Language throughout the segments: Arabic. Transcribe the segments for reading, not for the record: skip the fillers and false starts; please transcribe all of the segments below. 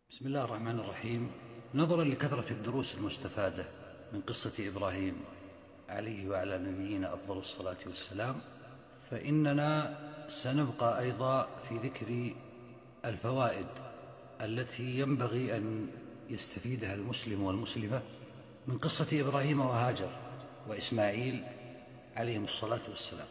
بسم الله الرحمن الرحيم. نظرا لكثرة الدروس المستفادة من قصة إبراهيم عليه وعلى نبينا أفضل الصلاة والسلام، فإننا سنبقى أيضا في ذكر الفوائد التي ينبغي أن يستفيدها المسلم والمسلمة من قصة إبراهيم وهاجر وإسماعيل عليهم الصلاة والسلام.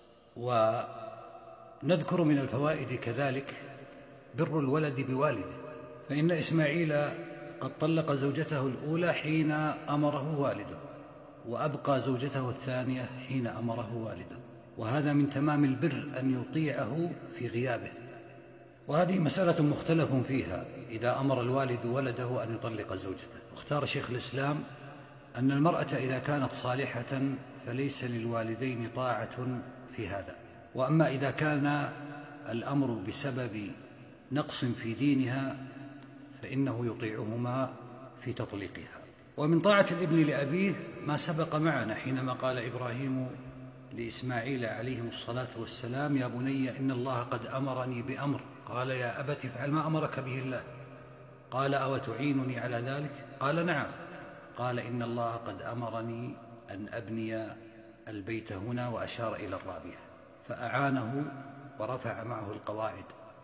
ونذكر من الفوائد كذلك بر الولد بوالده، فإن إسماعيل قد طلق زوجته الأولى حين أمره والده، وأبقى زوجته الثانية حين أمره والده، وهذا من تمام البر أن يطيعه في غيابه. وهذه مسألة مختلف فيها إذا أمر الوالد ولده أن يطلق زوجته. واختار شيخ الإسلام أن المرأة إذا كانت صالحة فليس للوالدين طاعة في هذا، وأما إذا كان الأمر بسبب نقص في دينها فإنه يطيعهما في تطليقها. ومن طاعة الابن لأبيه ما سبق معنا حينما قال إبراهيم لإسماعيل عليهم الصلاة والسلام: يا بني إن الله قد أمرني بأمر. قال: يا أبت افعل ما أمرك به الله. قال: أو تعينني على ذلك؟ قال: نعم. قال: إن الله قد أمرني أن أبني البيت هنا، وأشار إلى الرابية، فأعانه ورفع معه القواعد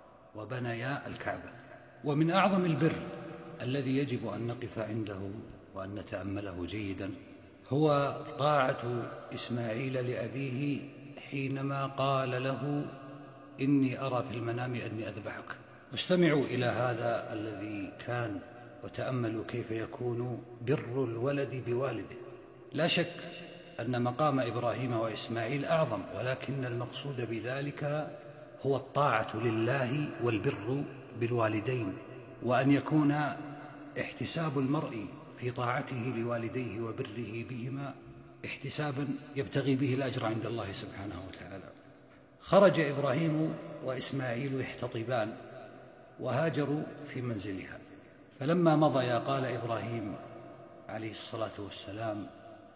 وبنيا الكعبة. ومن أعظم البر الذي يجب أن نقف عنده وأن نتأمله جيدا هو طاعة إسماعيل لأبيه حينما قال له: إني أرى في المنام أني أذبحك. واستمعوا إلى هذا الذي كان وتأملوا كيف يكون بر الولد بوالده. لا شك أن مقام إبراهيم وإسماعيل أعظم، ولكن المقصود بذلك هو الطاعة لله والبر بالوالدين، وأن يكون احتساب المرء في طاعته لوالديه وبره بهما احتسابا يبتغي به الأجر عند الله سبحانه وتعالى. خرج إبراهيم وإسماعيل يحتطبان وهاجروا في منزلها، فلما مضيا قال إبراهيم عليه الصلاة والسلام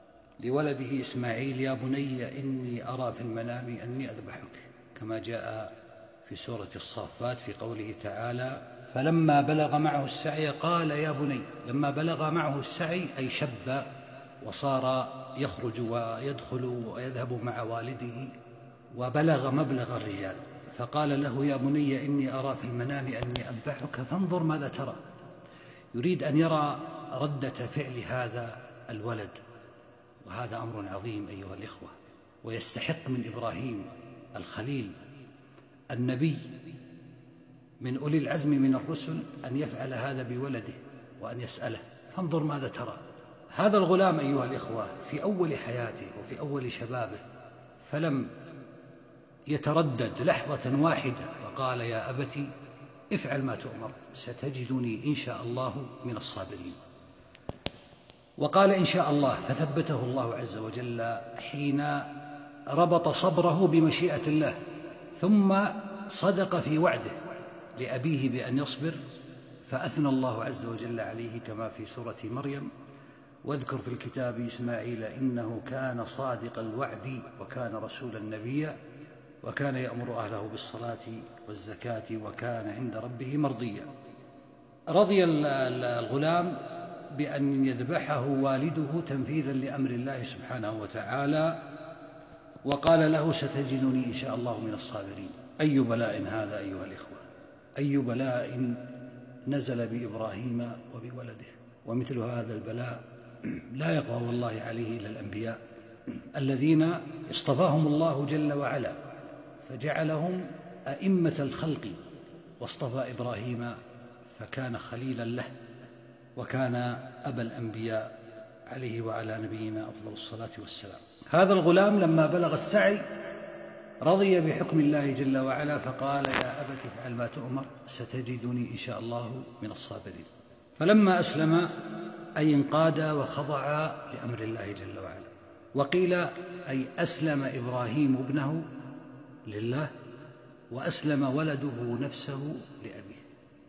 لولده إسماعيل: يا بني إني أرى في المنام أني أذبحك، كما جاء في سورة الصافات في قوله تعالى: فلما بلغ معه السعي قال يا بني. لما بلغ معه السعي أي شب وصار يخرج ويدخل ويذهب مع والده وبلغ مبلغ الرجال، فقال له: يا بني إني أرى في المنام أني أذبحك فانظر ماذا ترى. يريد أن يرى ردة فعل هذا الولد، وهذا أمر عظيم أيها الإخوة، ويستحق من إبراهيم الخليل النبي من أولي العزم من الرسل أن يفعل هذا بولده وأن يسأله: فانظر ماذا ترى. هذا الغلام أيها الإخوة في أول حياته وفي أول شبابه فلم يتردد لحظة واحدة، وقال: يا أبت افعل ما تؤمر ستجدني إن شاء الله من الصابرين. وقال إن شاء الله، فثبته الله عز وجل حين ربط صبره بمشيئة الله، ثم صدق في وعده لأبيه بأن يصبر، فأثنى الله عز وجل عليه كما في سورة مريم: واذكر في الكتاب إسماعيل إنه كان صادق الوعد وكان رسولا نبيا وكان يأمر أهله بالصلاة والزكاة وكان عند ربه مرضيا. رضي الغلام بأن يذبحه والده تنفيذا لأمر الله سبحانه وتعالى، وقال له: ستجدني إن شاء الله من الصابرين. أي بلاء هذا أيها الإخوة، أي بلاء نزل بإبراهيم وبولده. ومثل هذا البلاء لا يقوى والله عليه إلا الأنبياء الذين اصطفاهم الله جل وعلا فجعلهم أئمة الخلق، واصطفى إبراهيم فكان خليلا له وكان أبا الأنبياء عليه وعلى نبينا أفضل الصلاة والسلام. هذا الغلام لما بلغ السعي رضي بحكم الله جل وعلا، فقال: يا أبت افعل ما تؤمر ستجدني إن شاء الله من الصابرين. فلما أسلم أي انقاد وخضع لأمر الله جل وعلا. وقيل أي أسلم إبراهيم ابنه لله، وأسلم ولده نفسه لأبيه.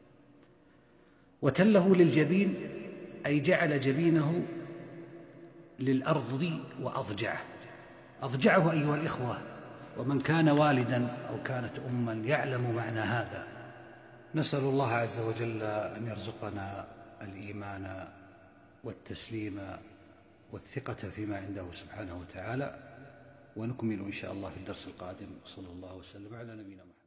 وتله للجبين أي جعل جبينه للأرض وأضجعه. أضجعه أيها الإخوة، ومن كان والدا أو كانت أما يعلم معنى هذا. نسأل الله عز وجل أن يرزقنا الإيمان والتسليم والثقة فيما عنده سبحانه وتعالى، ونكمل إن شاء الله في الدرس القادم. صلى الله وسلم على نبينا محمد.